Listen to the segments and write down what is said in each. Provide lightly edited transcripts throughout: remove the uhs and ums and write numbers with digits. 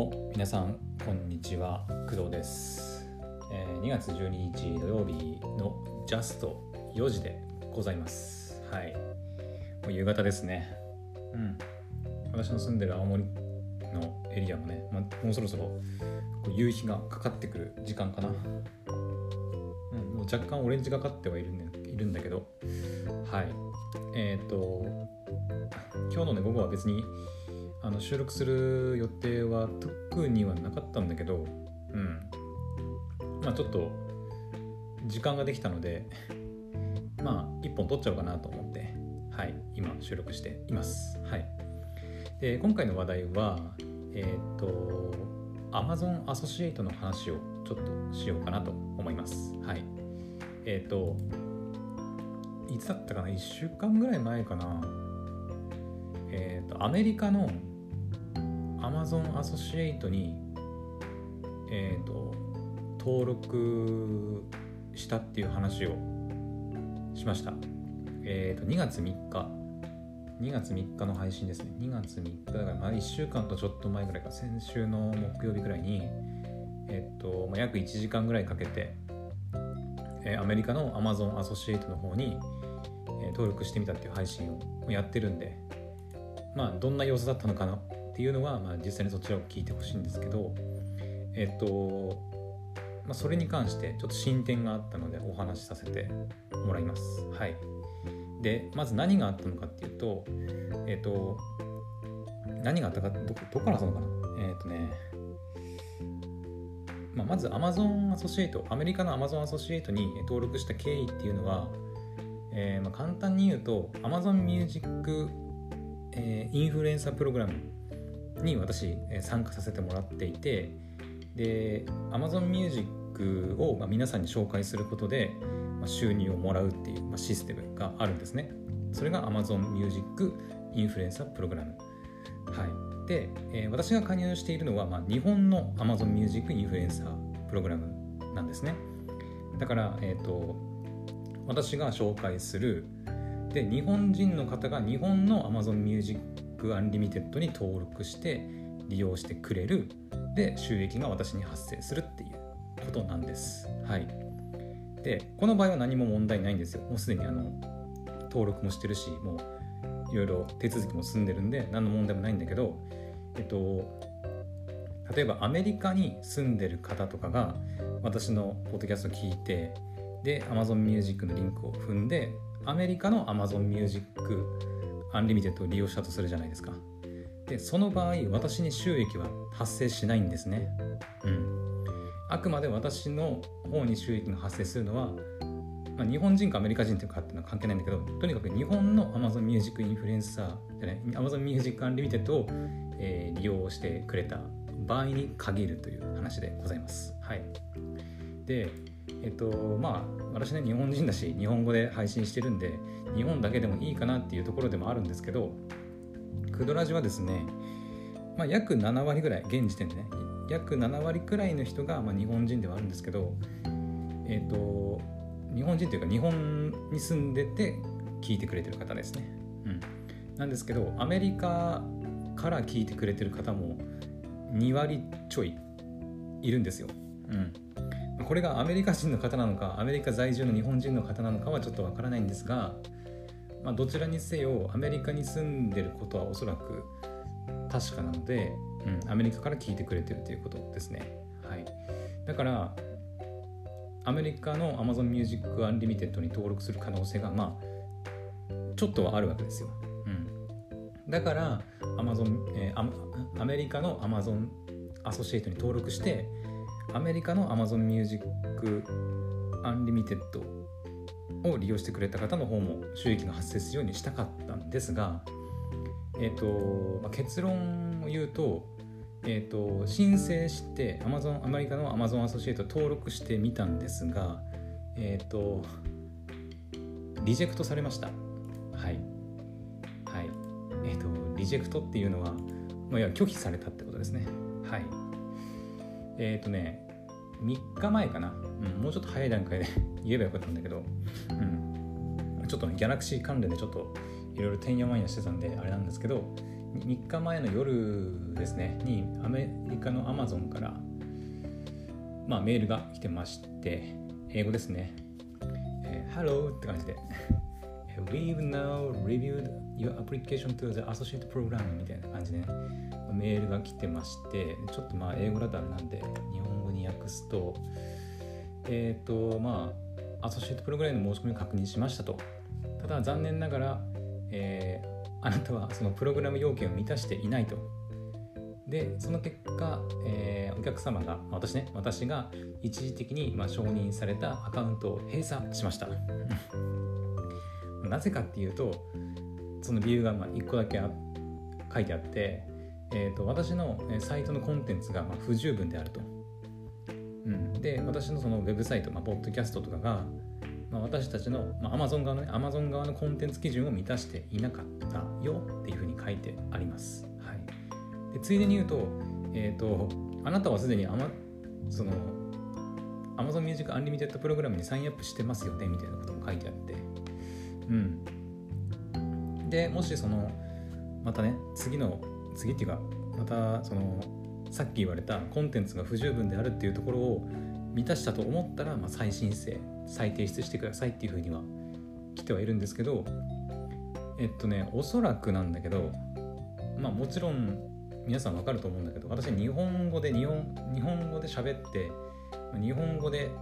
も皆さんこんにちは、工藤です。2月12日土曜日のジャスト4時でございます。はい、もう夕方ですね。私の住んでる青森のエリアもね、もうそろそろ夕日がかかってくる時間かな。もう若干オレンジがかってはいるんだけど、はい。今日のね午後は別に収録する予定は特にはなかったんだけど、ちょっと時間ができたので一本撮っちゃおうかなと思って、はい、今収録しています。はい。で、今回の話題はAmazon アソシエイトの話をちょっとしようかなと思います。はい。いつだったかな、1週間ぐらい前かな。アメリカのAmazon アソシエイトに、登録したっていう話をしました。2月3日の配信ですね。2月3日だから1週間とちょっと前ぐらいか、先週の木曜日ぐらいに、約1時間ぐらいかけて、アメリカの Amazon アソシエイトの方に、登録してみたっていう配信をやってるんで、どんな様子だったのかなっていうのは、実際にそちらを聞いてほしいんですけど、それに関してちょっと進展があったのでお話しさせてもらいます。はい。で、まず何があったのかっていうと、何があったか、どこからそのかな。まず Amazon アソシエイト、アメリカの Amazon アソシエイトに登録した経緯っていうのは、簡単に言うと Amazon Musicインフルエンサープログラムに私参加させてもらっていて、で Amazon Music を皆さんに紹介することで収入をもらうっていうシステムがあるんですね。それが Amazon Music インフルエンサープログラム。はい。で、私が加入しているのは、日本の Amazon Music インフルエンサープログラムなんですね。だから、私が紹介するで、日本人の方が日本の Amazon Music Unlimited に登録して利用してくれる。で、収益が私に発生するっていうことなんです。はい。で、この場合は何も問題ないんですよ。もうすでに登録もしてるし、もういろいろ手続きも済んでるんで何の問題もないんだけど、例えばアメリカに住んでる方とかが私のポッドキャストを聞いて、で Amazon Music のリンクを踏んでアメリカの Amazon Music Unlimited を利用したとするじゃないですか。で、その場合私に収益は発生しないんですね。あくまで私の方に収益が発生するのは、日本人かアメリカ人というかっていうのは関係ないんだけど、とにかく日本の Amazon Music インフルエンサーじゃない Amazon Music Unlimited を、利用してくれた場合に限るという話でございます。はい。で、私ね、日本人だし日本語で配信してるんで日本だけでもいいかなっていうところでもあるんですけど、クドラジはですね、約7割ぐらい、現時点でね約7割くらいの人が、日本人ではあるんですけど、日本人というか日本に住んでて聞いてくれてる方ですね。なんですけど、アメリカから聞いてくれてる方も2割ちょいいるんですよ。これがアメリカ人の方なのかアメリカ在住の日本人の方なのかはちょっとわからないんですが、どちらにせよアメリカに住んでることはおそらく確かなので、アメリカから聞いてくれてるということですね。はい。だからアメリカの Amazon Music Unlimited に登録する可能性がちょっとはあるわけですよ。だからアメリカの Amazon アソシエイトに登録してアメリカの Amazon Music Unlimited を利用してくれた方の方も収益が発生するようにしたかったんですが、結論を言うと、申請してアメリカの Amazon アソシエイト登録してみたんですが、リジェクトされました。はい。リジェクトっていうのは、拒否されたってことですね。はい。3日前かな、もうちょっと早い段階で言えばよかったんだけど、ちょっとギャラクシー関連でちょっといろいろてんやわんやしてたんであれなんですけど、 3日前の夜ですねにアメリカの Amazon から、メールが来てまして、英語ですね。Hello って感じでWe've now reviewed your application to the associate program みたいな感じでね、メールが来てまして、ちょっと英語だとあれなんで日本語に訳すと、アソシエイトプログラムの申し込みを確認しましたと。ただ残念ながら、あなたはそのプログラム要件を満たしていないと。でその結果、お客様が私が一時的に承認されたアカウントを閉鎖しましたなぜかっていうと、その理由が1個だけ書いてあって、私のサイトのコンテンツが不十分であると、で私のそのウェブサイト、ポッドキャストとかが、私たちの、Amazon 側のコンテンツ基準を満たしていなかったよっていうふうに書いてあります。はい、でついでに言うと、あなたはすでにその Amazon Music Unlimited プログラムにサインアップしてますよねみたいなことも書いてあって、でもしそのまたね次っていうかまたそのさっき言われたコンテンツが不十分であるっていうところを満たしたと思ったら、再申請再提出してくださいっていうふうには来てはいるんですけど、おそらくなんだけど、もちろん皆さん分かると思うんだけど、私日本語で喋って日本語で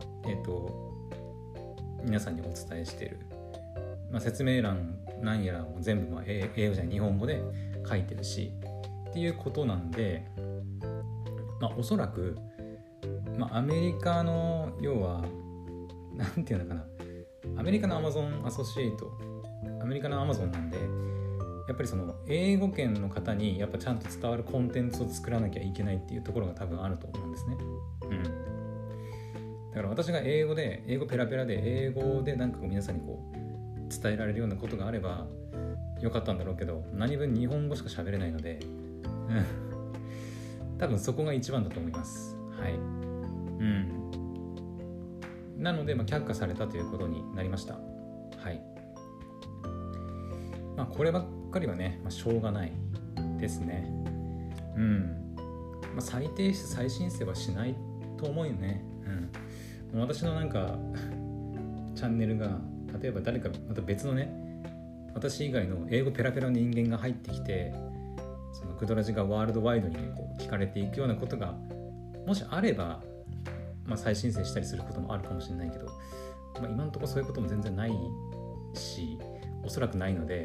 皆さんにお伝えしている、説明欄何やらも全部英語じゃない日本語で書いてるしっていうことなんで、おそらく、アメリカの要はなんていうのかな、アメリカの Amazon アソシエイト、アメリカの Amazon なんで、やっぱりその英語圏の方にやっぱちゃんと伝わるコンテンツを作らなきゃいけないっていうところが多分あると思うんですね。だから私が英語ペラペラで英語でなんか皆さんに伝えられるようなことがあればよかったんだろうけど、何分日本語しか喋れないので、多分そこが一番だと思います。はい。なので、却下されたということになりました。はい。こればっかりはね、しょうがないですね。再提出再申請はしないと思うよね。私のなんかチャンネルが例えば誰かまた別のね、私以外の英語ペラペラの人間が入ってきて、そのクドラジがワールドワイドに、聞かれていくようなことがもしあれば、再申請したりすることもあるかもしれないけど、今のところそういうことも全然ないし、おそらくないので、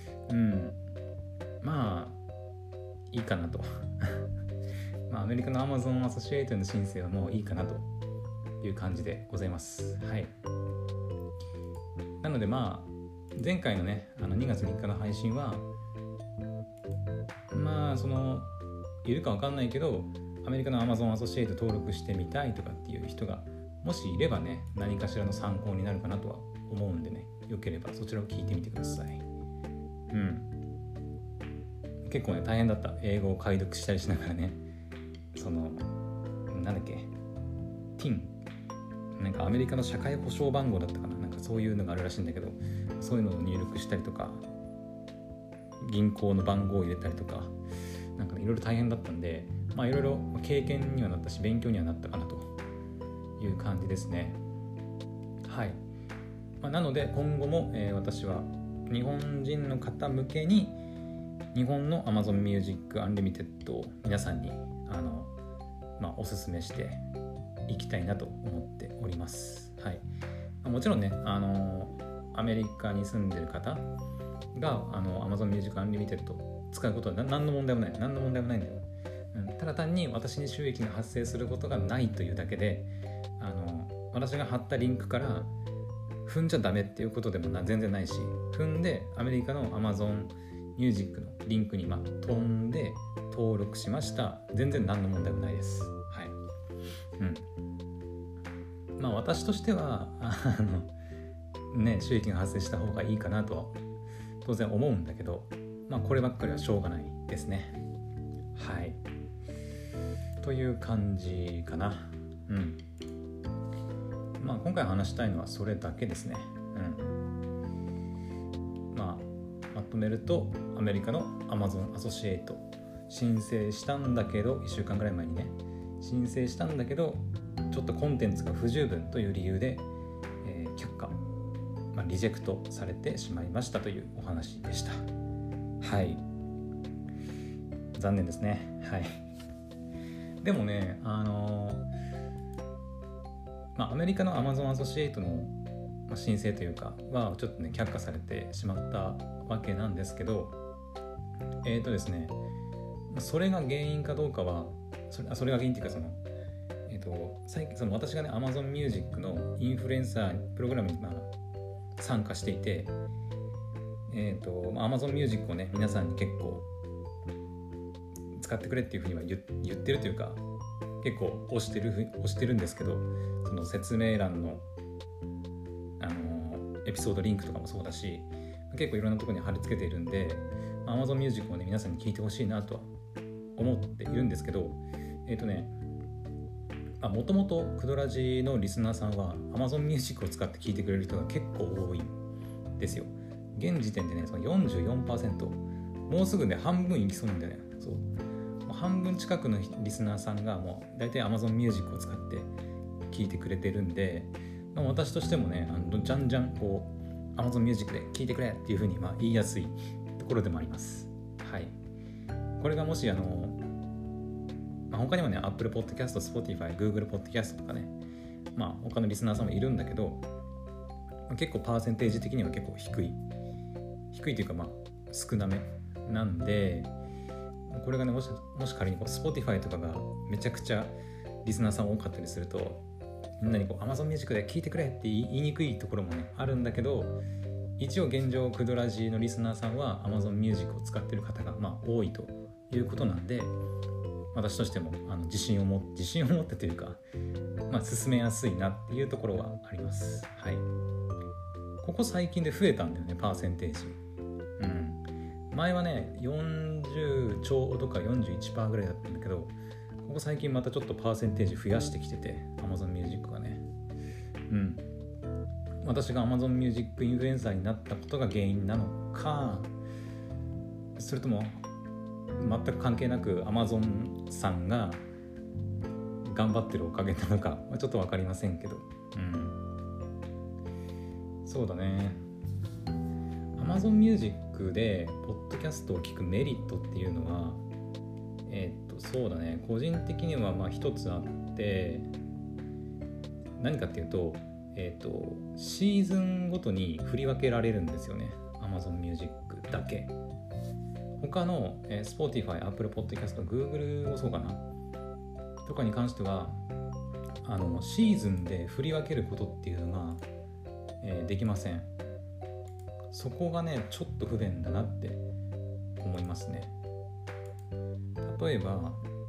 いいかなとアメリカの Amazon アソシエイトの申請はもういいかなという感じでございます。はい。なので前回のね2月3日の配信はそのいるか分かんないけど、アメリカの Amazon アソシエイト登録してみたいとかっていう人がもしいればね、何かしらの参考になるかなとは思うんでね、よければそちらを聞いてみてください。結構ね大変だった。英語を解読したりしながらね、そのなんだっけ TIN なんかアメリカの社会保障番号だったかな、なんかそういうのがあるらしいんだけど、そういうのを入力したりとか、銀行の番号を入れたりとか、なんかいろいろ大変だったんで、いろいろ経験にはなったし勉強にはなったかなという感じですね。はい。なので今後も、私は日本人の方向けに日本の Amazon Music Unlimited を皆さんにおすすめしていきたいなと思っております。はい。もちろんね、アメリカに住んでる方がAmazon Music Unlimited 使うことは何の問題もないんだよ。ただ単に私に収益が発生することがないというだけで、私が貼ったリンクから踏んじゃダメっていうことでも全然ないし、踏んでアメリカの Amazon Music のリンクに飛んで登録しました。全然何の問題もないです。はい。私としては収益が発生した方がいいかなとは当然思うんだけど、こればっかりはしょうがないですね。はい。という感じかな。今回話したいのはそれだけですね。まとめると、アメリカの Amazon アソシエイト申請したんだけど、1週間ぐらい前にね申請したんだけど、ちょっとコンテンツが不十分という理由で、却下、リジェクトされてしまいましたというお話でした。はい、残念ですね。はい。でもね、アメリカの Amazon アソシエイトの申請というかはちょっとね却下されてしまったわけなんですけど、ですね、それが原因かどうかはそれが原因っていうか最近私がね Amazon Music のインフルエンサープログラムに参加していて、Amazon Music をね皆さんに結構使ってくれっていうふうには言ってるというか、結構押してるんですけど、その説明欄のエピソードリンクとかもそうだし、結構いろんなところに貼り付けているんで、Amazon Music をね皆さんに聞いてほしいなとは思っているんですけど、もともとクドラジのリスナーさんは Amazon Music を使って聞いてくれる人が結構多いんですよ。現時点でねその 44%、 もうすぐね半分いきそうなんだよね。そう半分近くのリスナーさんがもう大体 Amazon Music を使って聞いてくれてるんで、私としてもねじゃんじゃんこう Amazon Music で聞いてくれっていう風に言いやすいところでもあります。はい。これがもし他にもね Apple Podcast、Spotify、Google Podcast とかね、他のリスナーさんもいるんだけど、結構パーセンテージ的には結構低いというか少なめなんで、これがねもし仮にSpotify とかがめちゃくちゃリスナーさん多かったりすると、みんなにAmazon Music で聞いてくれって言いにくいところもねあるんだけど、一応現状クドラジのリスナーさんは Amazon Music を使っている方が多いということなんで、私としても自信を持ってというか、進めやすいなっていうところはあります。はい。ここ最近で増えたんだよね、パーセンテージ。前はね40ちょうどか 41% ぐらいだったんだけど、ここ最近またちょっとパーセンテージ増やしてきてて、 Amazon Music がね、私が Amazon Music インフルエンサーになったことが原因なのか、それとも全く関係なく Amazon さんが頑張ってるおかげなのか、ちょっと分かりませんけど、そうだね。Amazon Music でポッドキャストを聞くメリットっていうのは、そうだね、個人的には一つあって、何かっていうと、シーズンごとに振り分けられるんですよね、 Amazon Music だけ。他の、Spotify、Apple Podcast、Google もそうかなとかに関してはシーズンで振り分けることっていうのが、できません。そこがねちょっと不便だなって思いますね。例えば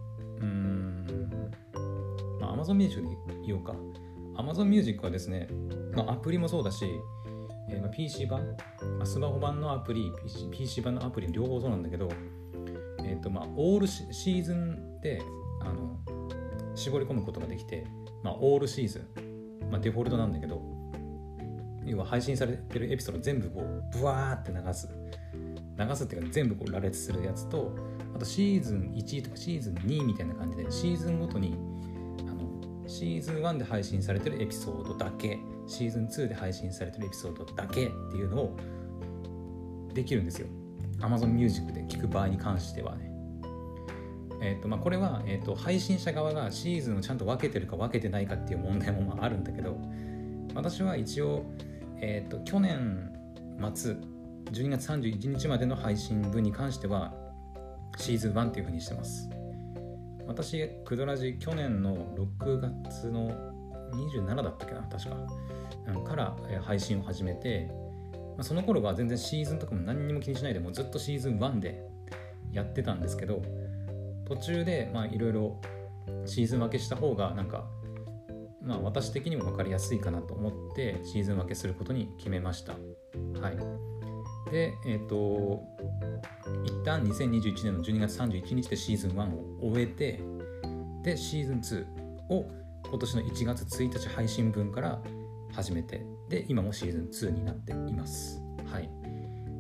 Amazon Music で言おうか。Amazon Music はですね、アプリもそうだし、PC 版、スマホ版のアプリ、PC 版のアプリ両方そうなんだけど、オールシーズンで絞り込むことができて、オールシーズン、デフォルトなんだけど、要は配信されてるエピソード全部ブワーって流すっていうか全部羅列するやつと、あとシーズン1とかシーズン2みたいな感じでシーズンごとにシーズン1で配信されてるエピソードだけ、シーズン2で配信されてるエピソードだけっていうのをできるんですよ、 Amazon Music で聞く場合に関してはね。これは、配信者側がシーズンをちゃんと分けてるか分けてないかっていう問題もあるんだけど、私は一応、去年末12月31日までの配信分に関してはシーズン1っていう風にしてます。私クドラジ去年の6月の27だったっけな、確かから、配信を始めて、その頃は全然シーズンとかも何にも気にしないでもうずっとシーズン1でやってたんですけど、途中でいろいろシーズン分けした方が私的にも分かりやすいかなと思ってシーズン分けすることに決めました。はい。で、一旦2021年の12月31日でシーズン1を終えて、でシーズン2を今年の1月1日配信分から始めて、で今もシーズン2になっています。はい。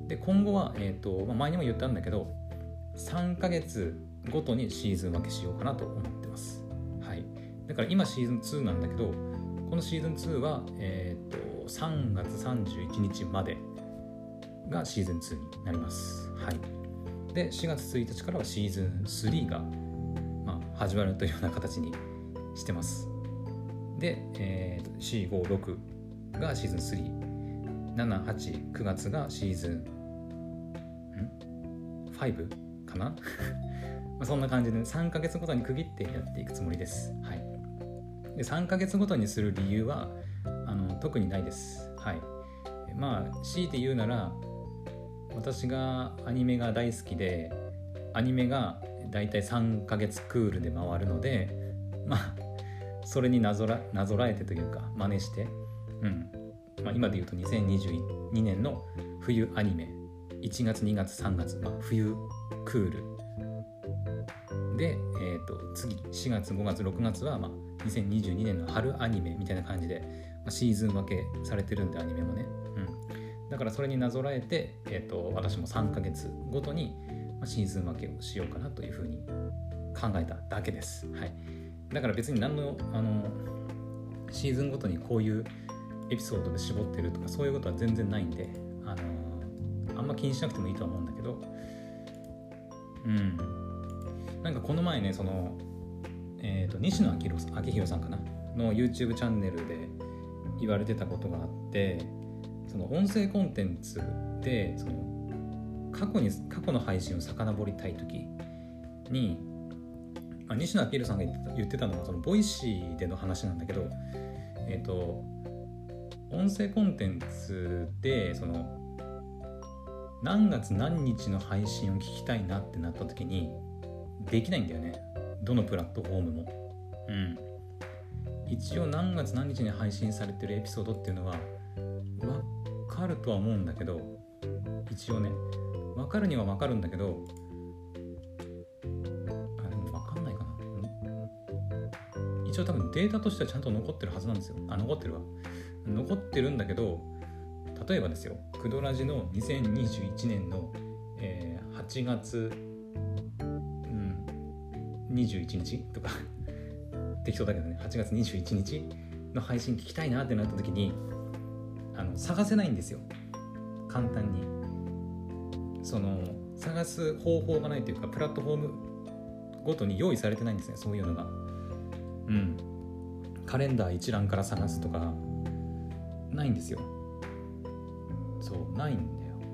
で今後は、前にも言ったんだけど3ヶ月ごとにシーズン分けしようかなと思ってます。はい、だから今シーズン2なんだけど、このシーズン2は、3月31日までがシーズン2になります。はい、で4月1日からはシーズン3が、始まるというような形にしてます。で、4、5、6がシーズン3、7、8、9月がシーズン5かなそんな感じで3ヶ月ごとに区切ってやっていくつもりです。はい、で3ヶ月ごとにする理由は特にないです。はい、強いて言うなら、私がアニメが大好きで、アニメがだいたい3ヶ月クールで回るので、それになぞらえてというか真似して、今で言うと2022年の冬アニメ1月2月3月、冬クールで、次4月5月6月は、2022年の春アニメみたいな感じで、シーズン分けされてるんで、アニメもね、だからそれになぞらえて、私も3ヶ月ごとにシーズン分けをしようかなというふうに考えただけです。はい、だから別に何の、シーズンごとにこういうエピソードで絞ってるとかそういうことは全然ないんで、あんま気にしなくてもいいとは思うんだけど、なんかこの前ね、西野昭弘さんかなの YouTube チャンネルで言われてたことがあって、その音声コンテンツで過去の配信を遡りたいときに、西野昭弘さんが言ってたのはボイシーでの話なんだけど、音声コンテンツで何月何日の配信を聞きたいなってなった時にできないんだよね、どのプラットフォームも。一応何月何日に配信されてるエピソードっていうのは分かるとは思うんだけど、一応ね分かるには分かるんだけど、でも分かんないかな。一応多分データとしてはちゃんと残ってるはずなんですよ。残ってるんだけど、例えばですよ、クドラジの2021年の、8月、21日とか適当だけどね、8月21日の配信聞きたいなってなった時に探せないんですよ、簡単に。探す方法がないというか、プラットフォームごとに用意されてないんですね、そういうのが。カレンダー一覧から探すとかないんですよ。ないんだよ。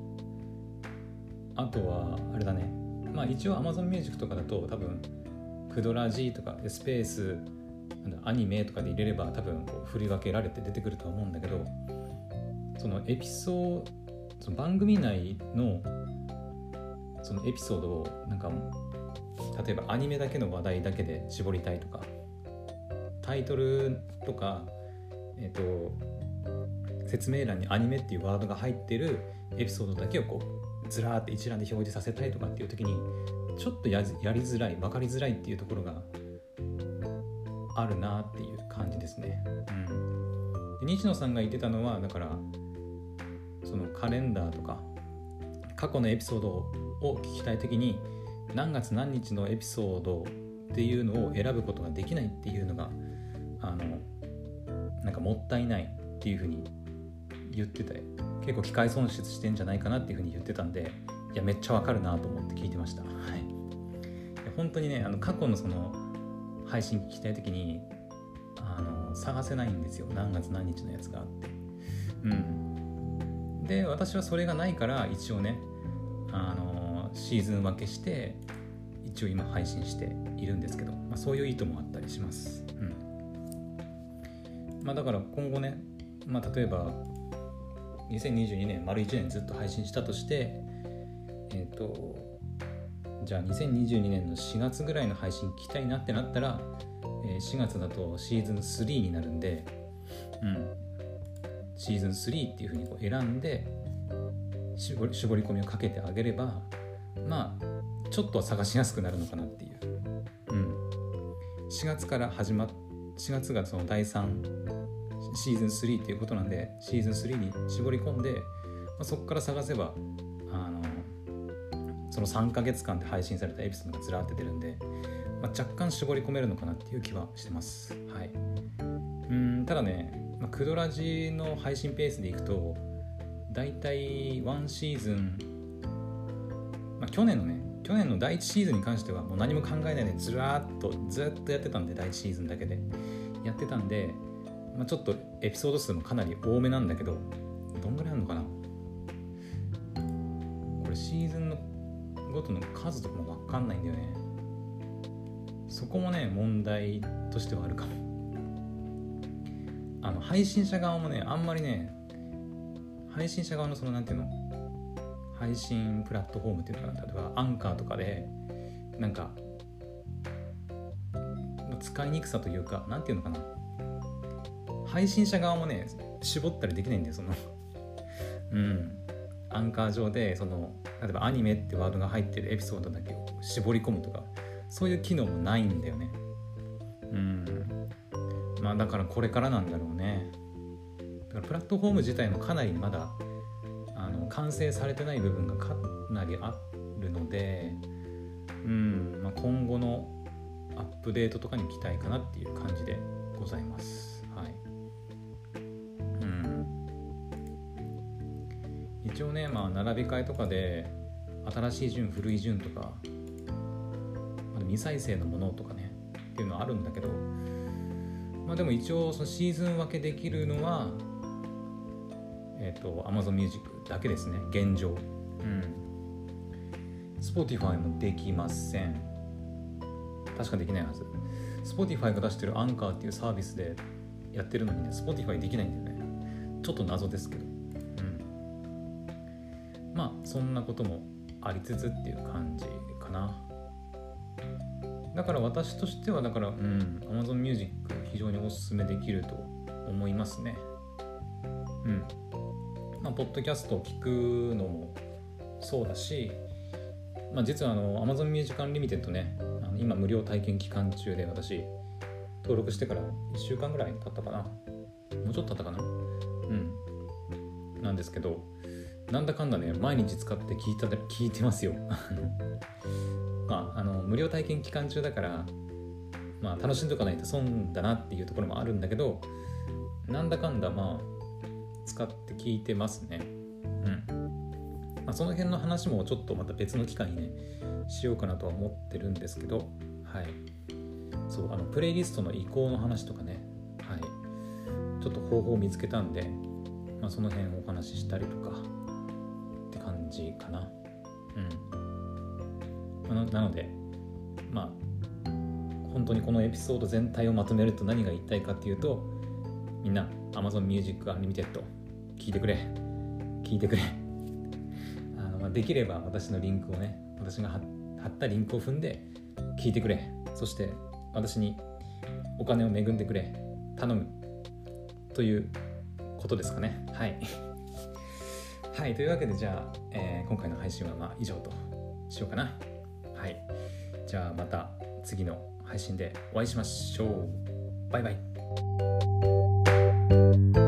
あとはあれだね、一応 Amazon Music とかだと多分クドラジとかスペースアニメとかで入れれば多分振り分けられて出てくると思うんだけど、エピソード、番組内のエピソードを例えばアニメだけの話題だけで絞りたいとか、タイトルとか説明欄にアニメっていうワードが入ってるエピソードだけをずらーって一覧で表示させたいとかっていう時にちょっとやりづらい、分かりづらいっていうところがあるなっていう感じですね。で西野さんが言ってたのは、だからカレンダーとか過去のエピソードを聞きたい時に何月何日のエピソードっていうのを選ぶことができないっていうのがもったいないっていうふうに言ってて、結構機会損失してんじゃないかなっていうふうに言ってたんで、いやめっちゃわかるなと思って聞いてました。はい、本当にね、過去の配信聞きたい時に探せないんですよ、何月何日のやつがあって。で私はそれがないから一応ねシーズン分けして一応今配信しているんですけど、そういう意図もあったりします。だから今後ね、例えば2022年丸1年ずっと配信したとして、じゃあ2022年の4月ぐらいの配信聞きたいなってなったら、4月だとシーズン3になるんで、シーズン3っていう風に選んで絞り込みをかけてあげれば、ちょっとは探しやすくなるのかなっていう。4月から4月が第3シーズン3っていうことなんで、シーズン3に絞り込んでそこから探せばその3ヶ月間で配信されたエピソードがずらって出るんで、若干絞り込めるのかなっていう気はしてます。はい。ただね、クドラジの配信ペースでいくとだいたい1シーズン、去年の第1シーズンに関してはもう何も考えないでずっとやってたんで、第1シーズンだけでやってたんで、ちょっとエピソード数もかなり多めなんだけど、どんぐらいあるのかな、これシーズンのごとの数とかも分かんないんだよね。そこもね問題としてはあるかも。配信者側もねあんまりね、配信者側のそのなんていうの、配信プラットフォームっていうのかな、例えばアンカーとかでなんか使いにくさというか、なんていうのかな、配信者側もね絞ったりできないんだよ、そのアンカー上でその例えばアニメってワードが入ってるエピソードだけを絞り込むとか、そういう機能もないんだよね。だからこれからなんだろうね。だからプラットフォーム自体もかなりまだ完成されてない部分がかなりあるので、今後のアップデートとかに期待かなっていう感じでございます。はい。一応ね、並び替えとかで新しい順古い順とか未再生のものとかねっていうのはあるんだけど、でも一応そのシーズン分けできるのはAmazon Music だけですね、現状。Spotify もできません。確かできないはず。Spotify が出してるアンカーっていうサービスでやってるのにね、Spotify できないんだよね。ちょっと謎ですけど。そんなこともありつつっていう感じかな。だから私としてはAmazon Music 非常におすすめできると思いますね。ポッドキャストを聞くのもそうだし、実はAmazon Music Unlimited ね、今無料体験期間中で、私登録してから1週間ぐらい経ったかな、もうちょっと経ったかな、なんですけど、なんだかんだね毎日使って聞いてますよ。無料体験期間中だから楽しんどかないと損だなっていうところもあるんだけど、なんだかんだ使って聞いてますね。その辺の話もちょっとまた別の機会にねしようかなとは思ってるんですけど、はい。そうプレイリストの移行の話とかね、はい。ちょっと方法を見つけたんで、その辺をお話ししたりとかって感じかな。なので本当にこのエピソード全体をまとめると何が言いたいかっていうと、みんな Amazon Music Unlimited 聞いてくれ。できれば私のリンクをね、私が貼ったリンクを踏んで聞いてくれ。そして私にお金を恵んでくれ。頼むということですかね。はいはい、というわけでじゃあ、今回の配信は以上としようかな。はい、じゃあまた次の配信でお会いしましょう。バイバイ。